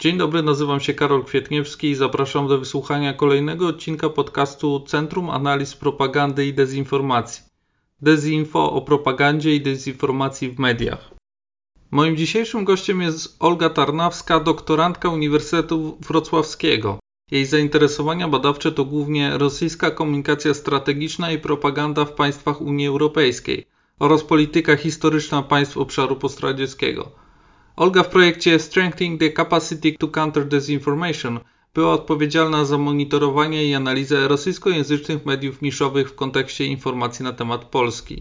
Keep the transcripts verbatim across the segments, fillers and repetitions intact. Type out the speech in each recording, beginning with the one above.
Dzień dobry, nazywam się Karol Kwietniewski i zapraszam do wysłuchania kolejnego odcinka podcastu Centrum Analiz Propagandy i Dezinformacji. Dezinfo o propagandzie i dezinformacji w mediach. Moim dzisiejszym gościem jest Olga Tarnawska, doktorantka Uniwersytetu Wrocławskiego. Jej zainteresowania badawcze to głównie rosyjska komunikacja strategiczna i propaganda w państwach Unii Europejskiej oraz polityka historyczna państw obszaru postradzieckiego. Olga w projekcie Strengthening the Capacity to Counter Disinformation była odpowiedzialna za monitorowanie i analizę rosyjskojęzycznych mediów niszowych w kontekście informacji na temat Polski.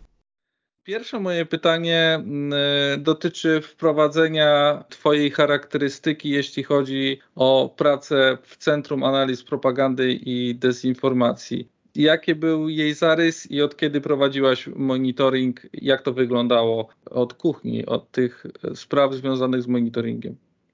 Pierwsze moje pytanie dotyczy wprowadzenia Twojej charakterystyki, jeśli chodzi o pracę w Centrum Analiz Propagandy i Dezinformacji. Jaki był jej zarys i od kiedy prowadziłaś monitoring? Jak to wyglądało od kuchni, od tych spraw związanych z monitoringiem?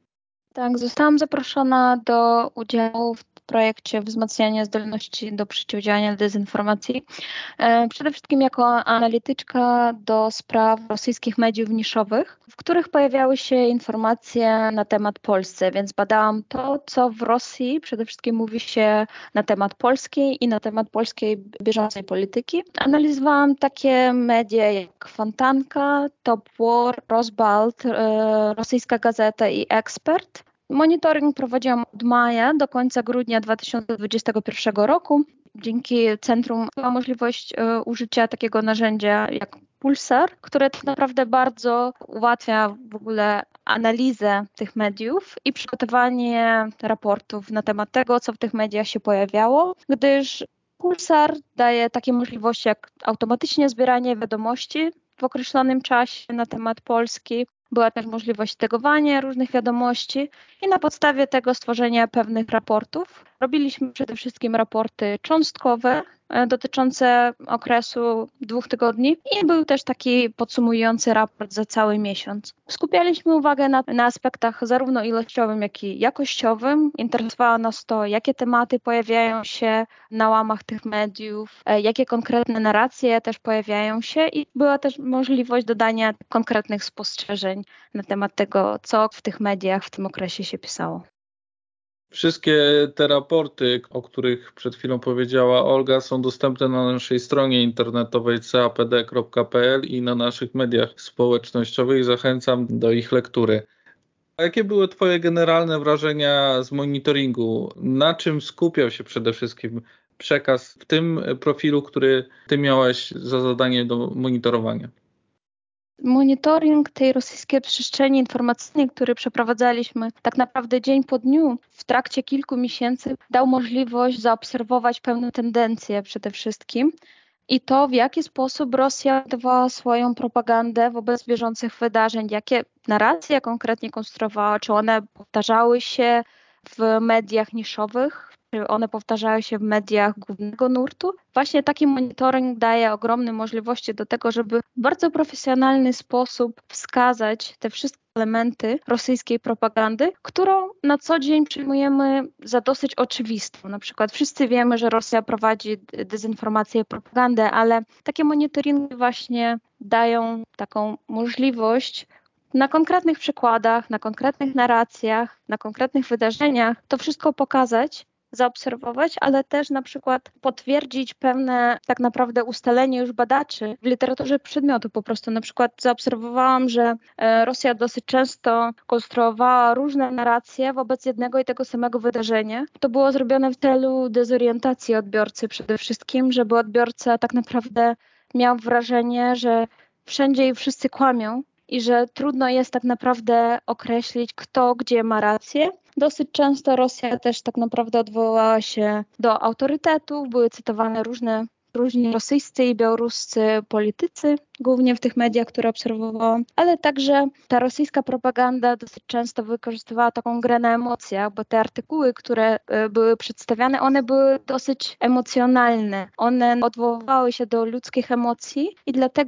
Tak, zostałam zaproszona do udziału w projekcie wzmacniania zdolności do przeciwdziałania dezinformacji. Przede wszystkim jako analityczka do spraw rosyjskich mediów niszowych, w których pojawiały się informacje na temat Polski, więc badałam to, co w Rosji przede wszystkim mówi się na temat polskiej i na temat polskiej bieżącej polityki. Analizowałam takie media jak Fontanka, Top War, Rosbalt, Rosyjska Gazeta i Ekspert. Monitoring prowadziłam od maja do końca grudnia dwa tysiące dwudziestego pierwszego roku. Dzięki centrum była możliwość użycia takiego narzędzia jak Pulsar, które tak naprawdę bardzo ułatwia w ogóle analizę tych mediów i przygotowanie raportów na temat tego, co w tych mediach się pojawiało, gdyż Pulsar daje takie możliwości jak automatycznie zbieranie wiadomości w określonym czasie na temat Polski. Była też możliwość tagowania różnych wiadomości i na podstawie tego stworzenia pewnych raportów. Robiliśmy przede wszystkim raporty cząstkowe dotyczące okresu dwóch tygodni i był też taki podsumowujący raport za cały miesiąc. Skupialiśmy uwagę na, na aspektach zarówno ilościowym, jak i jakościowym. Interesowało nas to, jakie tematy pojawiają się na łamach tych mediów, jakie konkretne narracje też pojawiają się i była też możliwość dodania konkretnych spostrzeżeń na temat tego, co w tych mediach w tym okresie się pisało. Wszystkie te raporty, o których przed chwilą powiedziała Olga, są dostępne na naszej stronie internetowej c a p d kropka p l i na naszych mediach społecznościowych. Zachęcam do ich lektury. A jakie były Twoje generalne wrażenia z monitoringu? Na czym skupiał się przede wszystkim przekaz w tym profilu, który Ty miałaś za zadanie do monitorowania? Monitoring tej rosyjskiej przestrzeni informacyjnej, który przeprowadzaliśmy tak naprawdę dzień po dniu w trakcie kilku miesięcy, dał możliwość zaobserwować pewne tendencje przede wszystkim i to, w jaki sposób Rosja budowała swoją propagandę wobec bieżących wydarzeń, jakie narracje konkretnie konstruowała, czy one powtarzały się w mediach niszowych, czy one powtarzały się w mediach głównego nurtu. Właśnie taki monitoring daje ogromne możliwości do tego, żeby w bardzo profesjonalny sposób wskazać te wszystkie elementy rosyjskiej propagandy, którą na co dzień przyjmujemy za dosyć oczywistą. Na przykład wszyscy wiemy, że Rosja prowadzi dezinformację i propagandę, ale takie monitoringi właśnie dają taką możliwość na konkretnych przykładach, na konkretnych narracjach, na konkretnych wydarzeniach to wszystko pokazać, zaobserwować, ale też na przykład potwierdzić pewne tak naprawdę ustalenie już badaczy w literaturze przedmiotu po prostu. Na przykład zaobserwowałam, że Rosja dosyć często konstruowała różne narracje wobec jednego i tego samego wydarzenia. To było zrobione w celu dezorientacji odbiorcy przede wszystkim, żeby odbiorca tak naprawdę miał wrażenie, że wszędzie i wszyscy kłamią i że trudno jest tak naprawdę określić, kto gdzie ma rację. Dosyć często Rosja też tak naprawdę odwoływała się do autorytetów, były cytowane różne różni rosyjscy i białoruscy politycy, głównie w tych mediach, które obserwowałam, ale także ta rosyjska propaganda dosyć często wykorzystywała taką grę na emocjach, bo te artykuły, które były przedstawiane, one były dosyć emocjonalne. One odwoływały się do ludzkich emocji i dlatego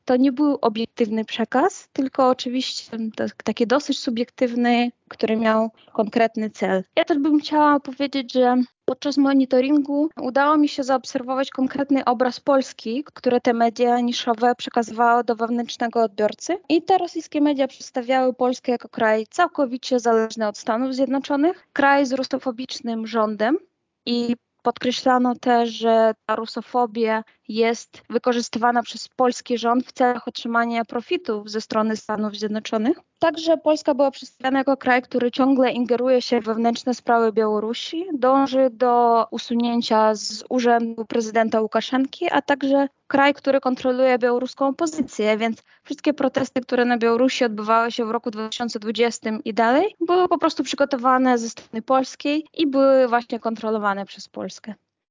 to nie był obiektywny przekaz, tylko oczywiście taki dosyć subiektywny, który miał konkretny cel. Ja też bym chciała powiedzieć, że podczas monitoringu udało mi się zaobserwować konkretny obraz Polski, które te media niszowe przekazywały do wewnętrznego odbiorcy. I te rosyjskie media przedstawiały Polskę jako kraj całkowicie zależny od Stanów Zjednoczonych, kraj z rusofobicznym rządem i podkreślano też, że ta rusofobia jest wykorzystywana przez polski rząd w celach otrzymania profitów ze strony Stanów Zjednoczonych. Także Polska była przedstawiana jako kraj, który ciągle ingeruje się w wewnętrzne sprawy Białorusi, dąży do usunięcia z urzędu prezydenta Łukaszenki, a także kraj, który kontroluje białoruską opozycję, więc wszystkie protesty, które na Białorusi odbywały się w roku dwa tysiące dwudziestym i dalej, były po prostu przygotowane ze strony polskiej i były właśnie kontrolowane przez Polskę.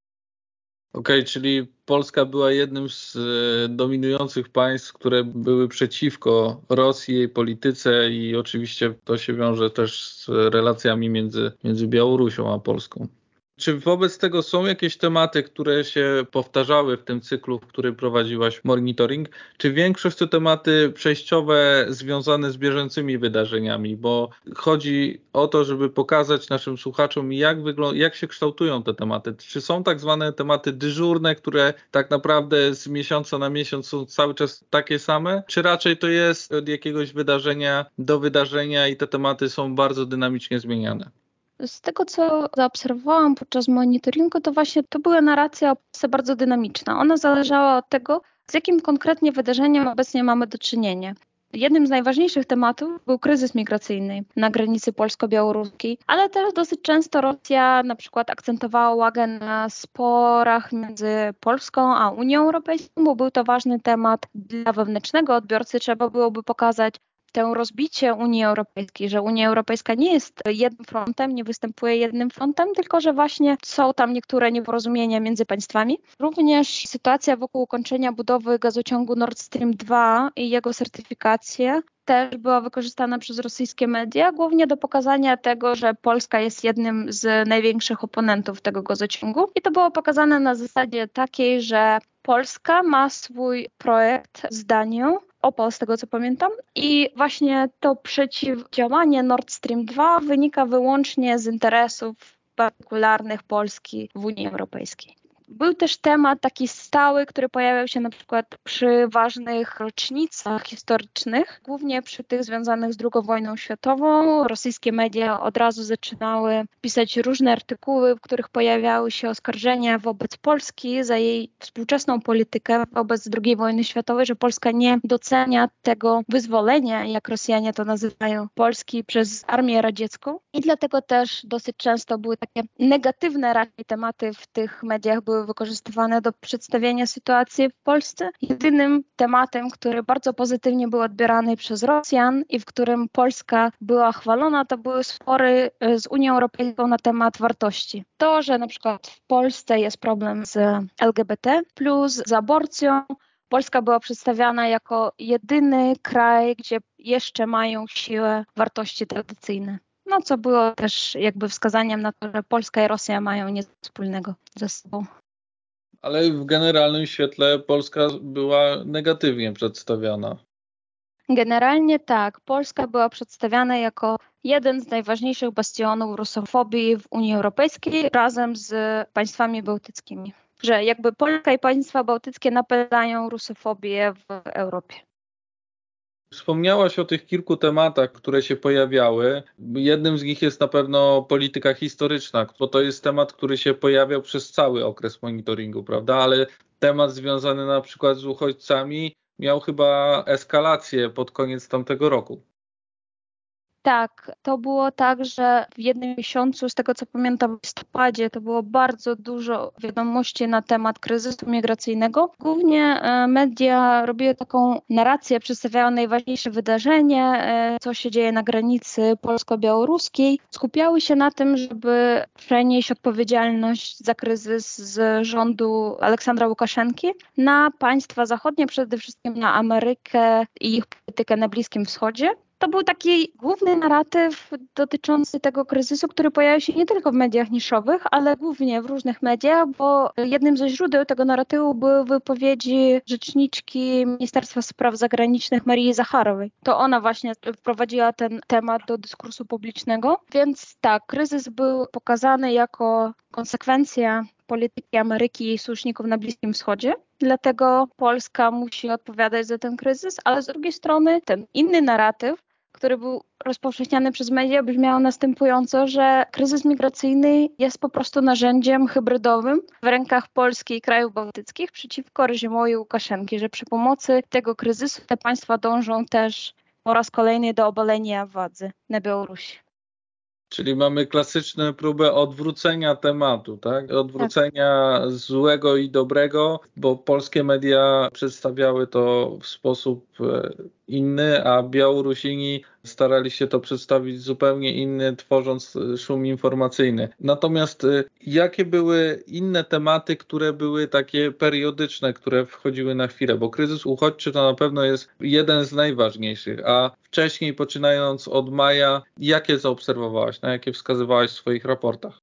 Okej, okay, czyli Polska była jednym z dominujących państw, które były przeciwko Rosji, jej polityce i oczywiście to się wiąże też z relacjami między, między Białorusią a Polską. Czy wobec tego są jakieś tematy, które się powtarzały w tym cyklu, w którym prowadziłaś monitoring? Czy większość to tematy przejściowe związane z bieżącymi wydarzeniami? Bo chodzi o to, żeby pokazać naszym słuchaczom, jak, wyglą- jak się kształtują te tematy. Czy są tak zwane tematy dyżurne, które tak naprawdę z miesiąca na miesiąc są cały czas takie same? Czy raczej to jest od jakiegoś wydarzenia do wydarzenia i te tematy są bardzo dynamicznie zmieniane? Z tego, co zaobserwowałam podczas monitoringu, to właśnie to była narracja o Polsce bardzo dynamiczna. Ona zależała od tego, z jakim konkretnie wydarzeniem obecnie mamy do czynienia. Jednym z najważniejszych tematów był kryzys migracyjny na granicy polsko-białoruskiej, ale też dosyć często Rosja na przykład akcentowała uwagę na sporach między Polską a Unią Europejską, bo był to ważny temat dla wewnętrznego odbiorcy. Trzeba byłoby pokazać to rozbicie Unii Europejskiej, że Unia Europejska nie jest jednym frontem, nie występuje jednym frontem, tylko że właśnie są tam niektóre nieporozumienia między państwami. Również sytuacja wokół ukończenia budowy gazociągu Nord Stream dwa i jego certyfikację też była wykorzystana przez rosyjskie media, głównie do pokazania tego, że Polska jest jednym z największych oponentów tego gazociągu. I to było pokazane na zasadzie takiej, że Polska ma swój projekt z Danią, Opal, z tego co pamiętam. I właśnie to przeciwdziałanie Nord Stream dwa wynika wyłącznie z interesów partykularnych Polski w Unii Europejskiej. Był też temat taki stały, który pojawiał się na przykład przy ważnych rocznicach historycznych, głównie przy tych związanych z drugą wojną światową. Rosyjskie media od razu zaczynały pisać różne artykuły, w których pojawiały się oskarżenia wobec Polski za jej współczesną politykę wobec drugiej wojny światowej, że Polska nie docenia tego wyzwolenia, jak Rosjanie to nazywają, Polski przez armię radziecką. I dlatego też dosyć często były takie negatywne raczej tematy w tych mediach, były wykorzystywane do przedstawienia sytuacji w Polsce. Jedynym tematem, który bardzo pozytywnie był odbierany przez Rosjan i w którym Polska była chwalona, to były spory z Unią Europejską na temat wartości. To, że na przykład w Polsce jest problem z L G B T plus, z aborcją, Polska była przedstawiana jako jedyny kraj, gdzie jeszcze mają siłę wartości tradycyjne. No co było też jakby wskazaniem na to, że Polska i Rosja mają nic wspólnego ze sobą. Ale w generalnym świetle Polska była negatywnie przedstawiana. Generalnie tak. Polska była przedstawiana jako jeden z najważniejszych bastionów rusofobii w Unii Europejskiej razem z państwami bałtyckimi. Że jakby Polska i państwa bałtyckie napędzają rusofobię w Europie. Wspomniałaś o tych kilku tematach, które się pojawiały. Jednym z nich jest na pewno polityka historyczna, bo to jest temat, który się pojawiał przez cały okres monitoringu, prawda? Ale temat związany na przykład z uchodźcami miał chyba eskalację pod koniec tamtego roku. Tak, to było tak, że w jednym miesiącu, z tego co pamiętam, w listopadzie, to było bardzo dużo wiadomości na temat kryzysu migracyjnego. Głównie media robiły taką narrację, przedstawiały najważniejsze wydarzenie, co się dzieje na granicy polsko-białoruskiej. Skupiały się na tym, żeby przenieść odpowiedzialność za kryzys z rządu Aleksandra Łukaszenki na państwa zachodnie, przede wszystkim na Amerykę i ich politykę na Bliskim Wschodzie. To był taki główny narratyw dotyczący tego kryzysu, który pojawiał się nie tylko w mediach niszowych, ale głównie w różnych mediach, bo jednym ze źródeł tego narratywu były wypowiedzi rzeczniczki Ministerstwa Spraw Zagranicznych Marii Zacharowej. To ona właśnie wprowadziła ten temat do dyskursu publicznego. Więc tak, kryzys był pokazany jako konsekwencja polityki Ameryki i jej sojuszników na Bliskim Wschodzie. Dlatego Polska musi odpowiadać za ten kryzys, ale z drugiej strony ten inny narratyw, który był rozpowszechniany przez media, brzmiał następująco, że kryzys migracyjny jest po prostu narzędziem hybrydowym w rękach Polski i krajów bałtyckich przeciwko reżimowi Łukaszenki, że przy pomocy tego kryzysu te państwa dążą też po raz kolejny do obalenia władzy na Białorusi. Czyli mamy klasyczną próbę odwrócenia tematu, tak? Odwrócenia tak. złego i dobrego, bo polskie media przedstawiały to w sposób inny, a Białorusini starali się to przedstawić zupełnie inny, tworząc szum informacyjny. Natomiast jakie były inne tematy, które były takie periodyczne, które wchodziły na chwilę? Bo kryzys uchodźczy to na pewno jest jeden z najważniejszych, a wcześniej, poczynając od maja, jakie zaobserwowałaś, na jakie wskazywałaś w swoich raportach?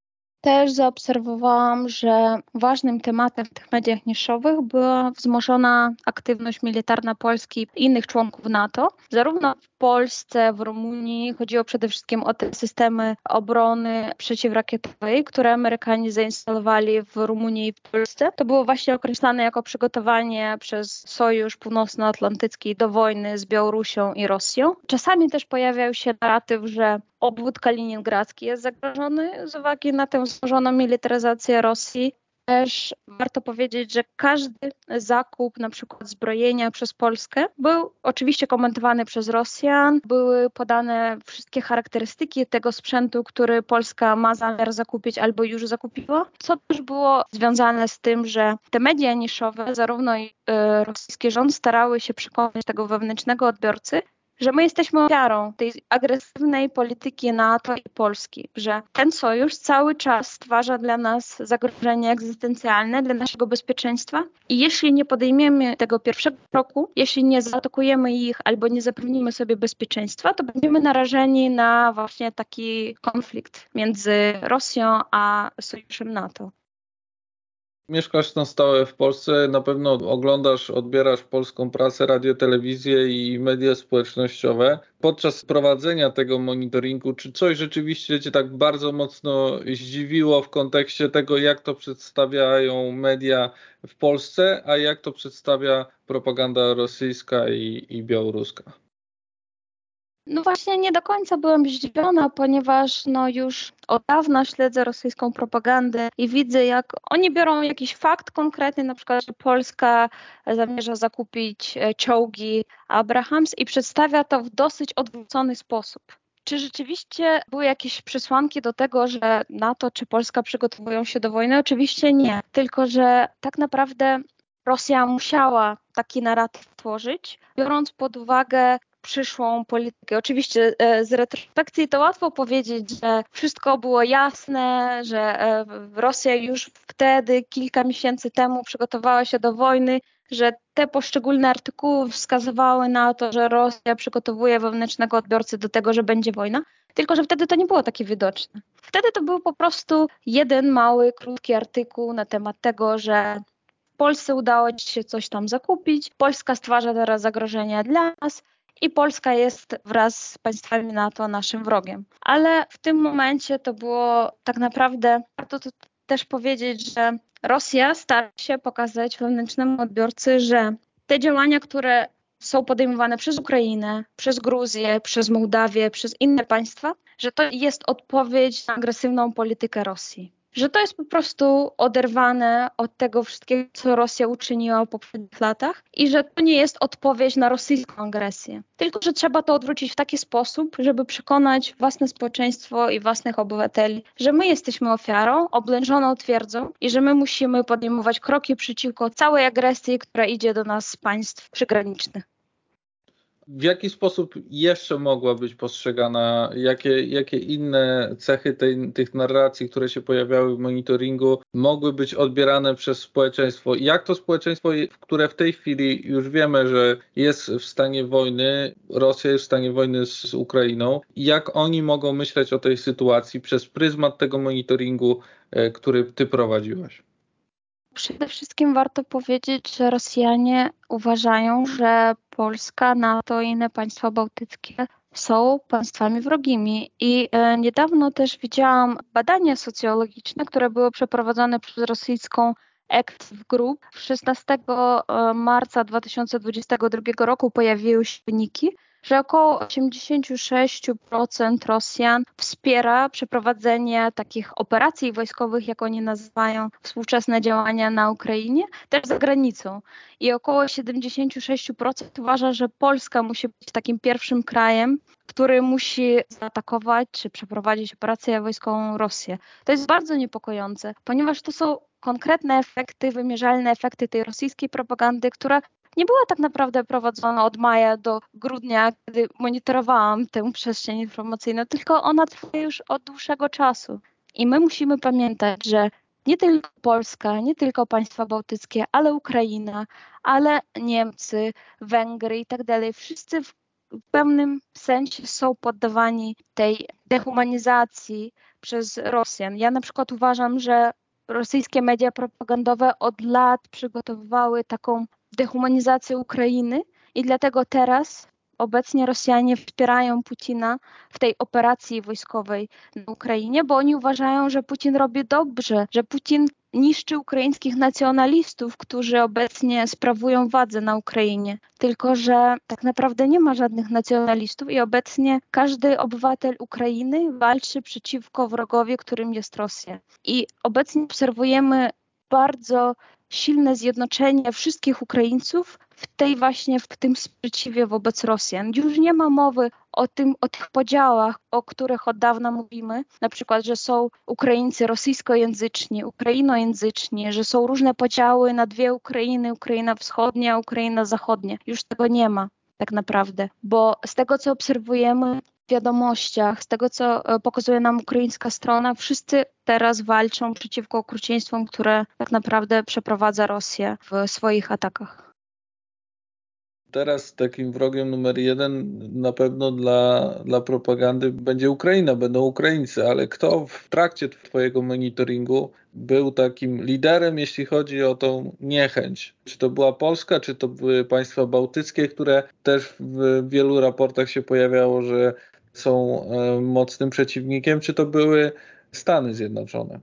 Też zaobserwowałam, że ważnym tematem w tych mediach niszowych była wzmożona aktywność militarna Polski i innych członków NATO. Zarówno w Polsce, w Rumunii chodziło przede wszystkim o te systemy obrony przeciwrakietowej, które Amerykanie zainstalowali w Rumunii i w Polsce. To było właśnie określane jako przygotowanie przez Sojusz Północnoatlantycki do wojny z Białorusią i Rosją. Czasami też pojawiał się narratyw, że obwód kaliningradzki jest zagrożony z uwagi na tę wzmożoną militaryzację Rosji. Też warto powiedzieć, że każdy zakup na przykład zbrojenia przez Polskę był oczywiście komentowany przez Rosjan. Były podane wszystkie charakterystyki tego sprzętu, który Polska ma zamiar zakupić albo już zakupiła, co też było związane z tym, że te media niszowe, zarówno i y, rosyjski rząd, starały się przekonać tego wewnętrznego odbiorcy, że my jesteśmy ofiarą tej agresywnej polityki NATO i Polski, że ten sojusz cały czas stwarza dla nas zagrożenie egzystencjalne dla naszego bezpieczeństwa i jeśli nie podejmiemy tego pierwszego kroku, jeśli nie zaatakujemy ich albo nie zapewnimy sobie bezpieczeństwa, to będziemy narażeni na właśnie taki konflikt między Rosją a sojuszem NATO. Mieszkasz na stałe w Polsce, na pewno oglądasz, odbierasz polską prasę, radio, telewizję i media społecznościowe. Podczas prowadzenia tego monitoringu, czy coś rzeczywiście Cię tak bardzo mocno zdziwiło w kontekście tego, jak to przedstawiają media w Polsce, a jak to przedstawia propaganda rosyjska i, i białoruska? No właśnie nie do końca byłam zdziwiona, ponieważ no już od dawna śledzę rosyjską propagandę i widzę, jak oni biorą jakiś fakt konkretny, na przykład, że Polska zamierza zakupić czołgi Abrahams i przedstawia to w dosyć odwrócony sposób. Czy rzeczywiście były jakieś przesłanki do tego, że NATO czy Polska przygotowują się do wojny? Oczywiście nie, tylko że tak naprawdę Rosja musiała taki narratyw tworzyć, biorąc pod uwagę przyszłą politykę. Oczywiście z retrospekcji to łatwo powiedzieć, że wszystko było jasne, że Rosja już wtedy, kilka miesięcy temu przygotowała się do wojny, że te poszczególne artykuły wskazywały na to, że Rosja przygotowuje wewnętrznego odbiorcę do tego, że będzie wojna, tylko że wtedy to nie było takie widoczne. Wtedy to był po prostu jeden mały, krótki artykuł na temat tego, że w Polsce udało ci się coś tam zakupić, Polska stwarza teraz zagrożenia dla nas, i Polska jest wraz z państwami NATO naszym wrogiem. Ale w tym momencie to było tak naprawdę, warto to też powiedzieć, że Rosja stara się pokazać wewnętrznemu odbiorcy, że te działania, które są podejmowane przez Ukrainę, przez Gruzję, przez Mołdawię, przez inne państwa, że to jest odpowiedź na agresywną politykę Rosji. Że to jest po prostu oderwane od tego wszystkiego, co Rosja uczyniła w poprzednich latach i że to nie jest odpowiedź na rosyjską agresję. Tylko że trzeba to odwrócić w taki sposób, żeby przekonać własne społeczeństwo i własnych obywateli, że my jesteśmy ofiarą, oblężoną twierdzą i że my musimy podejmować kroki przeciwko całej agresji, która idzie do nas z państw przygranicznych. W jaki sposób jeszcze mogła być postrzegana, jakie, jakie inne cechy tej, tych narracji, które się pojawiały w monitoringu, mogły być odbierane przez społeczeństwo? Jak to społeczeństwo, które w tej chwili już wiemy, że jest w stanie wojny, Rosja jest w stanie wojny z, z Ukrainą, jak oni mogą myśleć o tej sytuacji przez pryzmat tego monitoringu, który ty prowadziłaś? Przede wszystkim warto powiedzieć, że Rosjanie uważają, że Polska, NATO i inne państwa bałtyckie są państwami wrogimi. I e, niedawno też widziałam badania socjologiczne, które były przeprowadzone przez rosyjską Active Group. szesnastego marca dwa tysiące dwudziestego drugiego roku pojawiły się wyniki, że około osiemdziesiąt sześć procent Rosjan wspiera przeprowadzenie takich operacji wojskowych, jak oni nazywają współczesne działania na Ukrainie, też za granicą. I około siedemdziesiąt sześć procent uważa, że Polska musi być takim pierwszym krajem, który musi zaatakować czy przeprowadzić operację wojskową Rosję. To jest bardzo niepokojące, ponieważ to są konkretne efekty, wymierzalne efekty tej rosyjskiej propagandy, która nie była tak naprawdę prowadzona od maja do grudnia, kiedy monitorowałam tę przestrzeń informacyjną, tylko ona trwa już od dłuższego czasu. I my musimy pamiętać, że nie tylko Polska, nie tylko państwa bałtyckie, ale Ukraina, ale Niemcy, Węgry i tak dalej, wszyscy w pewnym sensie są poddawani tej dehumanizacji przez Rosjan. Ja na przykład uważam, że rosyjskie media propagandowe od lat przygotowywały taką dehumanizację Ukrainy i dlatego teraz obecnie Rosjanie wspierają Putina w tej operacji wojskowej na Ukrainie, bo oni uważają, że Putin robi dobrze, że Putin niszczy ukraińskich nacjonalistów, którzy obecnie sprawują władzę na Ukrainie. Tylko że tak naprawdę nie ma żadnych nacjonalistów i obecnie każdy obywatel Ukrainy walczy przeciwko wrogowi, którym jest Rosja. I obecnie obserwujemy bardzo silne zjednoczenie wszystkich Ukraińców w tej właśnie, w tym sprzeciwie wobec Rosjan. Już nie ma mowy o tym, o tych podziałach, o których od dawna mówimy, na przykład, że są Ukraińcy rosyjskojęzyczni, ukrainojęzyczni, że są różne podziały na dwie Ukrainy, Ukraina wschodnia, Ukraina zachodnia. Już tego nie ma tak naprawdę, bo z tego, co obserwujemy w wiadomościach, z tego, co pokazuje nam ukraińska strona, wszyscy teraz walczą przeciwko okrucieństwom, które tak naprawdę przeprowadza Rosja w swoich atakach. Teraz takim wrogiem numer jeden na pewno dla, dla propagandy będzie Ukraina, będą Ukraińcy, ale kto w trakcie twojego monitoringu był takim liderem, jeśli chodzi o tą niechęć? Czy to była Polska, czy to były państwa bałtyckie, które też w wielu raportach się pojawiało, że są mocnym przeciwnikiem, czy to były Stany Zjednoczone?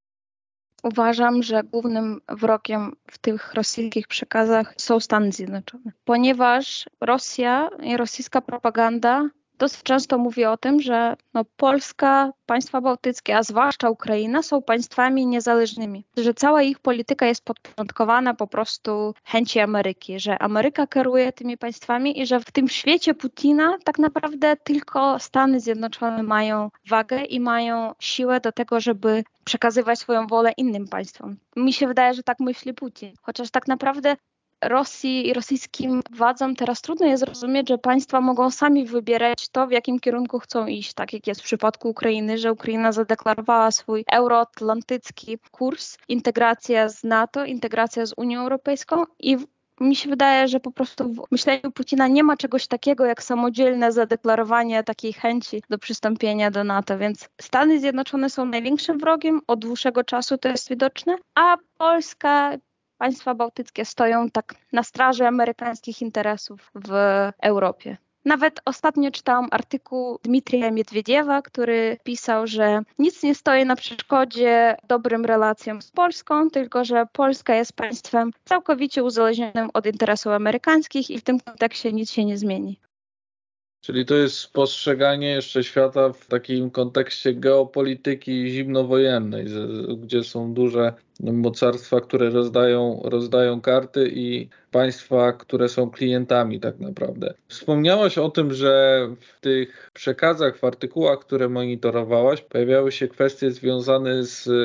Uważam, że głównym wrogiem w tych rosyjskich przekazach są Stany Zjednoczone, ponieważ Rosja i rosyjska propaganda dosyć często mówi o tym, że no, Polska, państwa bałtyckie, a zwłaszcza Ukraina są państwami niezależnymi, że cała ich polityka jest podporządkowana po prostu chęci Ameryki, że Ameryka kieruje tymi państwami i że w tym świecie Putina tak naprawdę tylko Stany Zjednoczone mają wagę i mają siłę do tego, żeby przekazywać swoją wolę innym państwom. Mi się wydaje, że tak myśli Putin, chociaż tak naprawdę Rosji i rosyjskim władzom teraz trudno jest zrozumieć, że państwa mogą sami wybierać to, w jakim kierunku chcą iść. Tak jak jest w przypadku Ukrainy, że Ukraina zadeklarowała swój euroatlantycki kurs, integracja z NATO, integracja z Unią Europejską i mi się wydaje, że po prostu w myśleniu Putina nie ma czegoś takiego jak samodzielne zadeklarowanie takiej chęci do przystąpienia do NATO, więc Stany Zjednoczone są największym wrogiem, od dłuższego czasu to jest widoczne, a Polska, państwa bałtyckie stoją tak na straży amerykańskich interesów w Europie. Nawet ostatnio czytałam artykuł Dmitrija Miedwiediewa, który pisał, że nic nie stoi na przeszkodzie dobrym relacjom z Polską, tylko że Polska jest państwem całkowicie uzależnionym od interesów amerykańskich i w tym kontekście nic się nie zmieni. Czyli to jest postrzeganie jeszcze świata w takim kontekście geopolityki zimnowojennej, gdzie są duże mocarstwa, które rozdają, rozdają karty i państwa, które są klientami tak naprawdę. Wspomniałaś o tym, że w tych przekazach, w artykułach, które monitorowałaś, pojawiały się kwestie związane z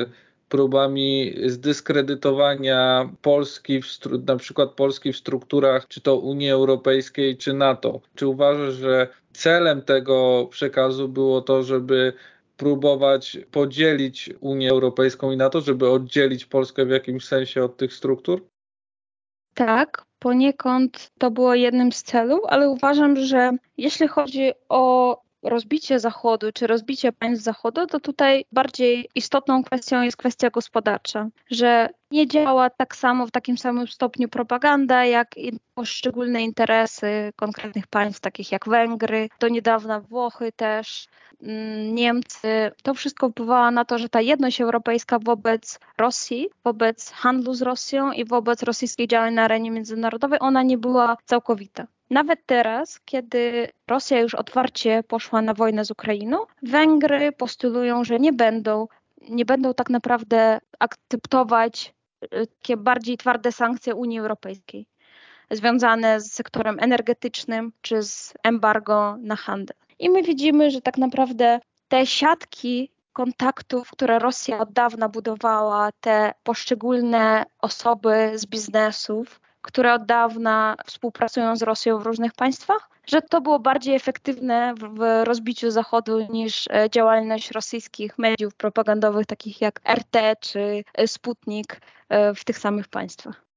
próbami zdyskredytowania Polski, w stru- na przykład Polski w strukturach czy to Unii Europejskiej, czy NATO. Czy uważasz, że celem tego przekazu było to, żeby próbować podzielić Unię Europejską i NATO, żeby oddzielić Polskę w jakimś sensie od tych struktur? Tak, poniekąd to było jednym z celów, ale uważam, że jeśli chodzi o rozbicie Zachodu czy rozbicie państw Zachodu, to tutaj bardziej istotną kwestią jest kwestia gospodarcza, że nie działa tak samo w takim samym stopniu propaganda, jak i poszczególne interesy konkretnych państw, takich jak Węgry, do niedawna Włochy też, Niemcy. To wszystko wpływało na to, że ta jedność europejska wobec Rosji, wobec handlu z Rosją i wobec rosyjskich działań na arenie międzynarodowej, ona nie była całkowita. Nawet teraz, kiedy Rosja już otwarcie poszła na wojnę z Ukrainą, Węgry postulują, że nie będą, nie będą tak naprawdę akceptować takie bardziej twarde sankcje Unii Europejskiej związane z sektorem energetycznym czy z embargo na handel. I my widzimy, że tak naprawdę te siatki kontaktów, które Rosja od dawna budowała, te poszczególne osoby z biznesów, które od dawna współpracują z Rosją w różnych państwach, że to było bardziej efektywne w rozbiciu Zachodu niż działalność rosyjskich mediów propagandowych, takich jak R T czy Sputnik w tych samych państwach.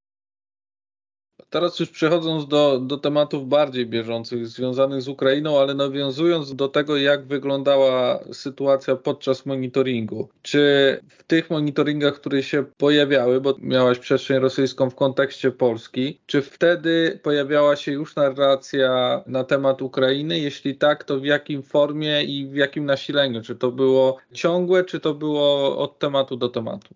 Teraz już przechodząc do, do tematów bardziej bieżących, związanych z Ukrainą, ale nawiązując do tego, jak wyglądała sytuacja podczas monitoringu. Czy w tych monitoringach, które się pojawiały, bo miałaś przestrzeń rosyjską w kontekście Polski, czy wtedy pojawiała się już narracja na temat Ukrainy? Jeśli tak, to w jakim formie i w jakim nasileniu? Czy to było ciągłe, czy to było od tematu do tematu?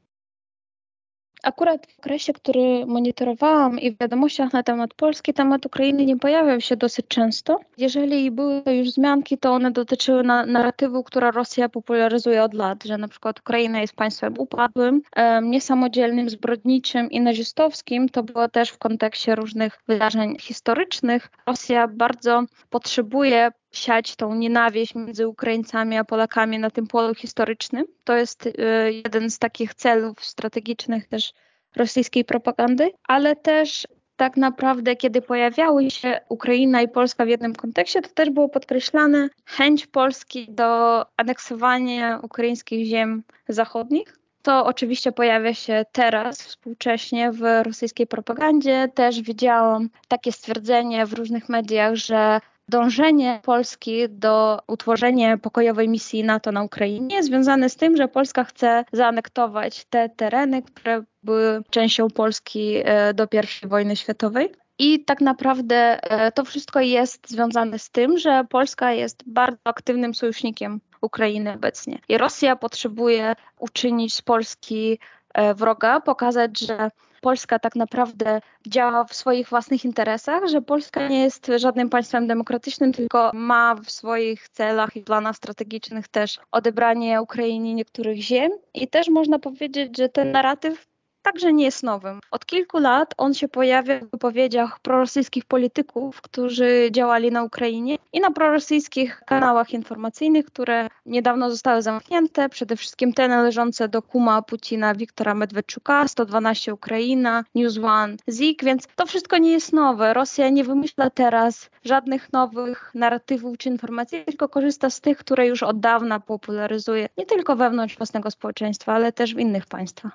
Akurat w okresie, który monitorowałam i w wiadomościach na temat Polski, temat Ukrainy nie pojawiał się dosyć często. Jeżeli były to już wzmianki, to one dotyczyły na, narratywu, która Rosja popularyzuje od lat, że na przykład Ukraina jest państwem upadłym, e, niesamodzielnym, zbrodniczym i nazistowskim. To było też w kontekście różnych wydarzeń historycznych. Rosja bardzo potrzebuje siać tą nienawiść między Ukraińcami a Polakami na tym polu historycznym. To jest y, jeden z takich celów strategicznych też rosyjskiej propagandy, ale też tak naprawdę, kiedy pojawiały się Ukraina i Polska w jednym kontekście, to też było podkreślane chęć Polski do aneksowania ukraińskich ziem zachodnich. To oczywiście pojawia się teraz współcześnie w rosyjskiej propagandzie. Też widziałam takie stwierdzenie w różnych mediach, że dążenie Polski do utworzenia pokojowej misji NATO na Ukrainie związane z tym, że Polska chce zaanektować te tereny, które były częścią Polski do pierwszej wojny światowej. I tak naprawdę to wszystko jest związane z tym, że Polska jest bardzo aktywnym sojusznikiem Ukrainy obecnie. I Rosja potrzebuje uczynić z Polski wroga, pokazać, że Polska tak naprawdę działa w swoich własnych interesach, że Polska nie jest żadnym państwem demokratycznym, tylko ma w swoich celach i planach strategicznych też odebranie Ukrainie niektórych ziem. I też można powiedzieć, że ten narratyw także nie jest nowym. Od kilku lat on się pojawia w wypowiedziach prorosyjskich polityków, którzy działali na Ukrainie i na prorosyjskich kanałach informacyjnych, które niedawno zostały zamknięte, przede wszystkim te należące do kuma Putina Wiktora Medwedczuka, sto dwanaście Ukraina, News One, Zik, więc to wszystko nie jest nowe. Rosja nie wymyśla teraz żadnych nowych narratywów czy informacji, tylko korzysta z tych, które już od dawna popularyzuje nie tylko wewnątrz własnego społeczeństwa, ale też w innych państwach.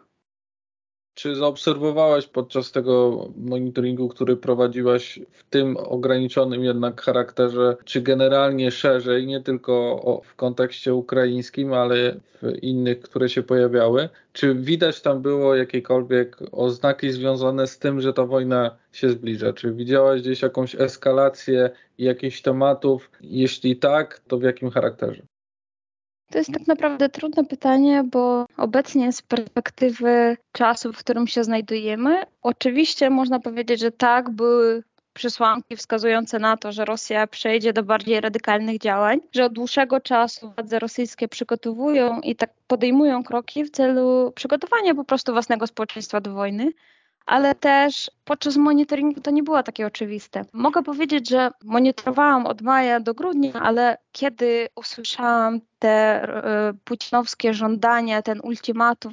Czy zaobserwowałaś podczas tego monitoringu, który prowadziłaś w tym ograniczonym jednak charakterze, czy generalnie szerzej, nie tylko o, w kontekście ukraińskim, ale w innych, które się pojawiały, czy widać tam było jakiekolwiek oznaki związane z tym, że ta wojna się zbliża? Czy widziałaś gdzieś jakąś eskalację jakichś tematów? Jeśli tak, to w jakim charakterze? To jest tak naprawdę trudne pytanie, bo obecnie z perspektywy czasu, w którym się znajdujemy, oczywiście można powiedzieć, że tak, były przesłanki wskazujące na to, że Rosja przejdzie do bardziej radykalnych działań, że od dłuższego czasu władze rosyjskie przygotowują i tak podejmują kroki w celu przygotowania po prostu własnego społeczeństwa do wojny. Ale też podczas monitoringu to nie było takie oczywiste. Mogę powiedzieć, że monitorowałam od maja do grudnia, ale kiedy usłyszałam te e, putinowskie żądania, ten ultimatum do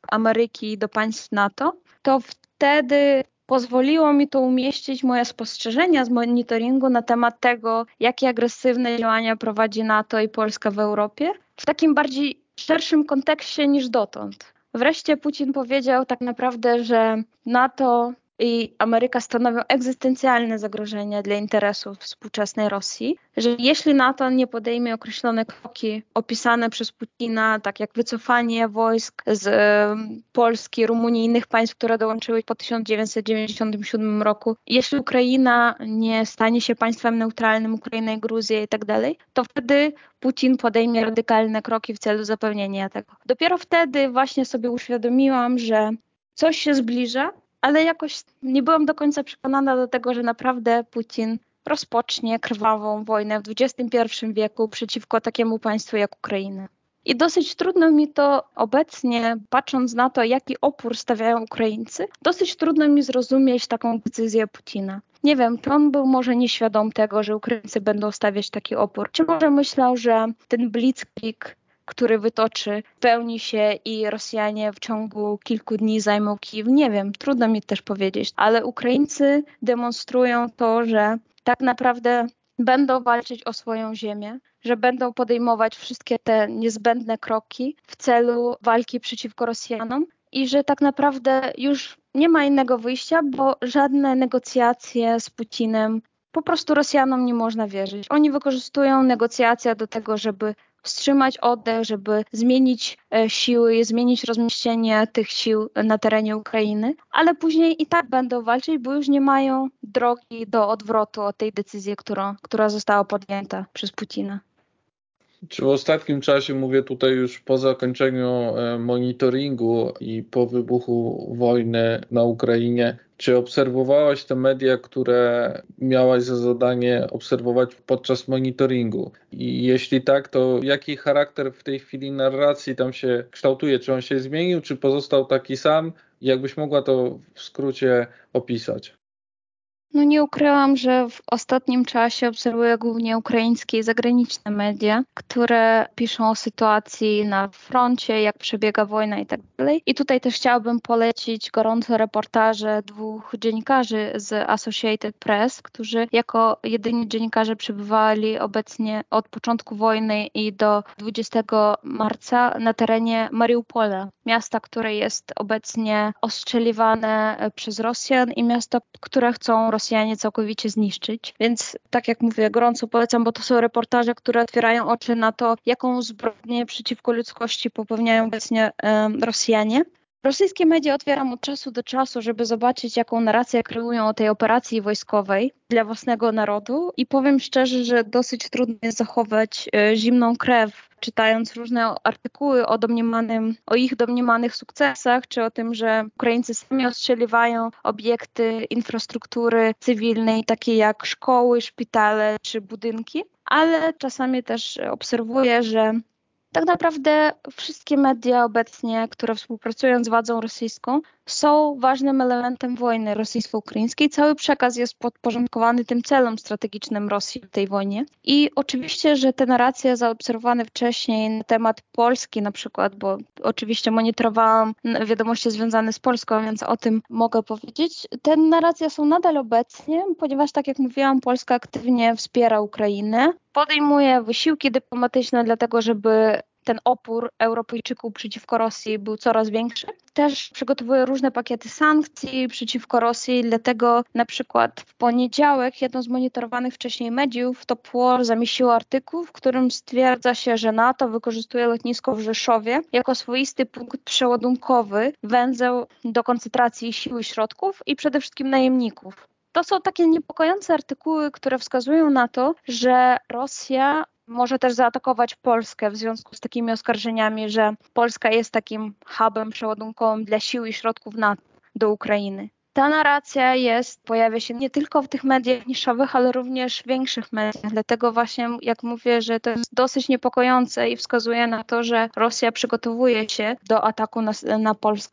Ameryki do państw NATO, to wtedy pozwoliło mi to umieścić moje spostrzeżenia z monitoringu na temat tego, jakie agresywne działania prowadzi NATO i Polska w Europie, w takim bardziej szerszym kontekście niż dotąd. Wreszcie Putin powiedział tak naprawdę, że NATO i Ameryka stanowią egzystencjalne zagrożenie dla interesów współczesnej Rosji, że jeśli NATO nie podejmie określone kroki opisane przez Putina, tak jak wycofanie wojsk z y, Polski, Rumunii i innych państw, które dołączyły po tysiąc dziewięćset dziewięćdziesiątym siódmym roku, jeśli Ukraina nie stanie się państwem neutralnym, Ukraina i Gruzja i tak dalej, to wtedy Putin podejmie radykalne kroki w celu zapewnienia tego. Dopiero wtedy właśnie sobie uświadomiłam, że coś się zbliża, ale jakoś nie byłam do końca przekonana do tego, że naprawdę Putin rozpocznie krwawą wojnę w dwudziestym pierwszym wieku przeciwko takiemu państwu jak Ukraina. I dosyć trudno mi to obecnie, patrząc na to, jaki opór stawiają Ukraińcy, dosyć trudno mi zrozumieć taką decyzję Putina. Nie wiem, czy on był może nieświadom tego, że Ukraińcy będą stawiać taki opór, czy może myślał, że ten blitzkrieg, który wytoczy, pełni się i Rosjanie w ciągu kilku dni zajmą Kijów. Nie wiem, trudno mi też powiedzieć, ale Ukraińcy demonstrują to, że tak naprawdę będą walczyć o swoją ziemię, że będą podejmować wszystkie te niezbędne kroki w celu walki przeciwko Rosjanom i że tak naprawdę już nie ma innego wyjścia, bo żadne negocjacje z Putinem, po prostu Rosjanom nie można wierzyć. Oni wykorzystują negocjacje do tego, żeby wstrzymać oddech, żeby zmienić e, siły, zmienić rozmieszczenie tych sił na terenie Ukrainy, ale później i tak będą walczyć, bo już nie mają drogi do odwrotu od tej decyzji, którą, która została podjęta przez Putina. Czy w ostatnim czasie, mówię tutaj już po zakończeniu monitoringu i po wybuchu wojny na Ukrainie, czy obserwowałaś te media, które miałaś za zadanie obserwować podczas monitoringu? I jeśli tak, to jaki charakter w tej chwili narracji tam się kształtuje? Czy on się zmienił, czy pozostał taki sam? Jakbyś mogła to w skrócie opisać? No nie ukryłam, że w ostatnim czasie obserwuję głównie ukraińskie i zagraniczne media, które piszą o sytuacji na froncie, jak przebiega wojna i tak dalej. I tutaj też chciałabym polecić gorące reportaże dwóch dziennikarzy z Associated Press, którzy jako jedyni dziennikarze przebywali obecnie od początku wojny i do dwudziestego marca na terenie Mariupola, miasta, które jest obecnie ostrzeliwane przez Rosjan i miasto, które chcą Rosjanie całkowicie zniszczyć. Więc tak jak mówię, gorąco polecam, bo to są reportaże, które otwierają oczy na to, jaką zbrodnię przeciwko ludzkości popełniają obecnie e, Rosjanie. Rosyjskie media otwieram od czasu do czasu, żeby zobaczyć, jaką narrację kreują o tej operacji wojskowej dla własnego narodu i powiem szczerze, że dosyć trudno jest zachować e, zimną krew, czytając różne artykuły o domniemanym, o ich domniemanych sukcesach, czy o tym, że Ukraińcy sami ostrzeliwają obiekty infrastruktury cywilnej, takie jak szkoły, szpitale czy budynki, ale czasami też obserwuję, że tak naprawdę wszystkie media obecnie, które współpracują z władzą rosyjską, są ważnym elementem wojny rosyjsko-ukraińskiej. Cały przekaz jest podporządkowany tym celom strategicznym Rosji w tej wojnie. I oczywiście, że te narracje zaobserwowane wcześniej na temat Polski na przykład, bo oczywiście monitorowałam wiadomości związane z Polską, więc o tym mogę powiedzieć. Te narracje są nadal obecnie, ponieważ tak jak mówiłam, Polska aktywnie wspiera Ukrainę, podejmuje wysiłki dyplomatyczne dlatego, żeby ten opór Europejczyków przeciwko Rosji był coraz większy. Też przygotowuje różne pakiety sankcji przeciwko Rosji, dlatego na przykład w poniedziałek jedno z monitorowanych wcześniej mediów, Top War, zamieściło artykuł, w którym stwierdza się, że NATO wykorzystuje lotnisko w Rzeszowie jako swoisty punkt przeładunkowy, węzeł do koncentracji sił i środków i przede wszystkim najemników. To są takie niepokojące artykuły, które wskazują na to, że Rosja może też zaatakować Polskę w związku z takimi oskarżeniami, że Polska jest takim hubem przeładunkowym dla sił i środków NATO do Ukrainy. Ta narracja jest, pojawia się nie tylko w tych mediach niszowych, ale również w większych mediach. Dlatego właśnie, jak mówię, że to jest dosyć niepokojące i wskazuje na to, że Rosja przygotowuje się do ataku na, na Polskę.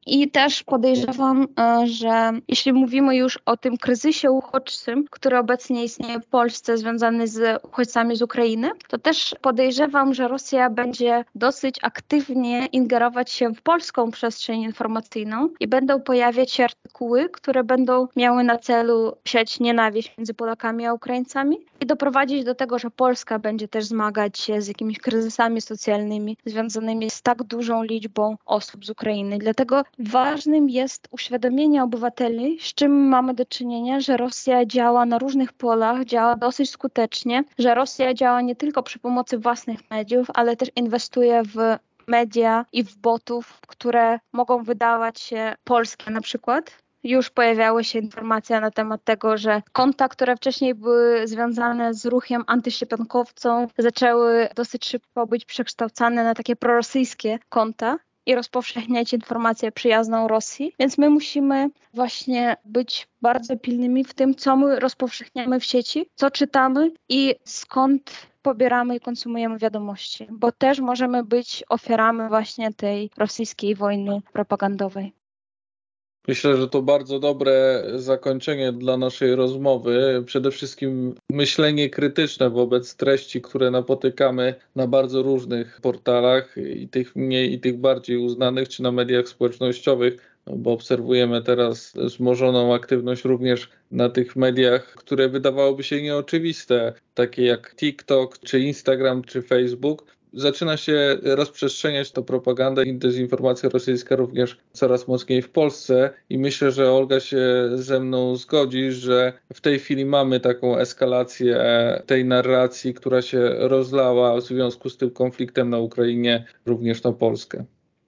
I też podejrzewam, że jeśli mówimy już o tym kryzysie uchodźczym, który obecnie istnieje w Polsce związany z uchodźcami z Ukrainy, to też podejrzewam, że Rosja będzie dosyć aktywnie ingerować się w polską przestrzeń informacyjną i będą pojawiać się artykuły, które będą miały na celu siać nienawiść między Polakami a Ukraińcami i doprowadzić do tego, że Polska będzie też zmagać się z jakimiś kryzysami socjalnymi związanymi z tak dużą liczbą osób z Ukrainy. Dlatego ważnym jest uświadomienie obywateli, z czym mamy do czynienia, że Rosja działa na różnych polach, działa dosyć skutecznie, że Rosja działa nie tylko przy pomocy własnych mediów, ale też inwestuje w media i w botów, które mogą wydawać się polskie na przykład. Już pojawiały się informacje na temat tego, że konta, które wcześniej były związane z ruchem antyszczepionkowcą, zaczęły dosyć szybko być przekształcane na takie prorosyjskie konta i rozpowszechniać informację przyjazną Rosji. Więc my musimy właśnie być bardzo pilnymi w tym, co my rozpowszechniamy w sieci, co czytamy i skąd pobieramy i konsumujemy wiadomości, bo też możemy być ofiarami właśnie tej rosyjskiej wojny propagandowej. Myślę, że to bardzo dobre zakończenie dla naszej rozmowy. Przede wszystkim myślenie krytyczne wobec treści, które napotykamy na bardzo różnych portalach, i tych mniej, i tych bardziej uznanych, czy na mediach społecznościowych, bo obserwujemy teraz wzmożoną aktywność również na tych mediach, które wydawałoby się nieoczywiste, takie jak TikTok, czy Instagram, czy Facebook. Zaczyna się rozprzestrzeniać ta propaganda i dezinformacja rosyjska również coraz mocniej w Polsce i myślę, że Olga się ze mną zgodzi, że w tej chwili mamy taką eskalację tej narracji, która się rozlała w związku z tym konfliktem na Ukrainie, również na Polskę.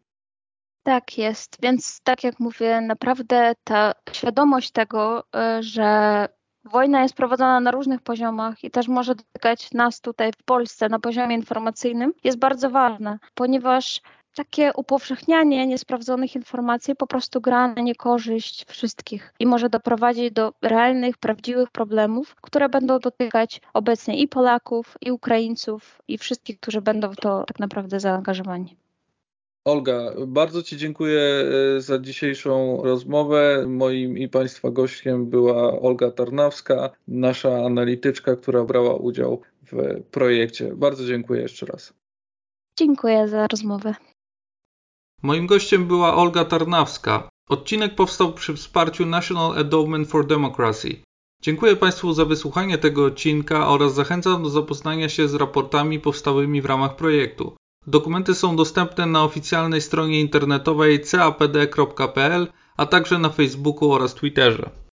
Tak jest, więc tak jak mówię, naprawdę ta świadomość tego, że wojna jest prowadzona na różnych poziomach i też może dotykać nas tutaj w Polsce na poziomie informacyjnym, jest bardzo ważne, ponieważ takie upowszechnianie niesprawdzonych informacji po prostu gra na niekorzyść wszystkich i może doprowadzić do realnych, prawdziwych problemów, które będą dotykać obecnie i Polaków, i Ukraińców, i wszystkich, którzy będą w to tak naprawdę zaangażowani. Olga, bardzo Ci dziękuję za dzisiejszą rozmowę. Moim i Państwa gościem była Olga Tarnawska, nasza analityczka, która brała udział w projekcie. Bardzo dziękuję jeszcze raz. Dziękuję za rozmowę. Moim gościem była Olga Tarnawska. Odcinek powstał przy wsparciu National Endowment for Democracy. Dziękuję Państwu za wysłuchanie tego odcinka oraz zachęcam do zapoznania się z raportami powstałymi w ramach projektu. Dokumenty są dostępne na oficjalnej stronie internetowej c a p d kropka p l, a także na Facebooku oraz Twitterze.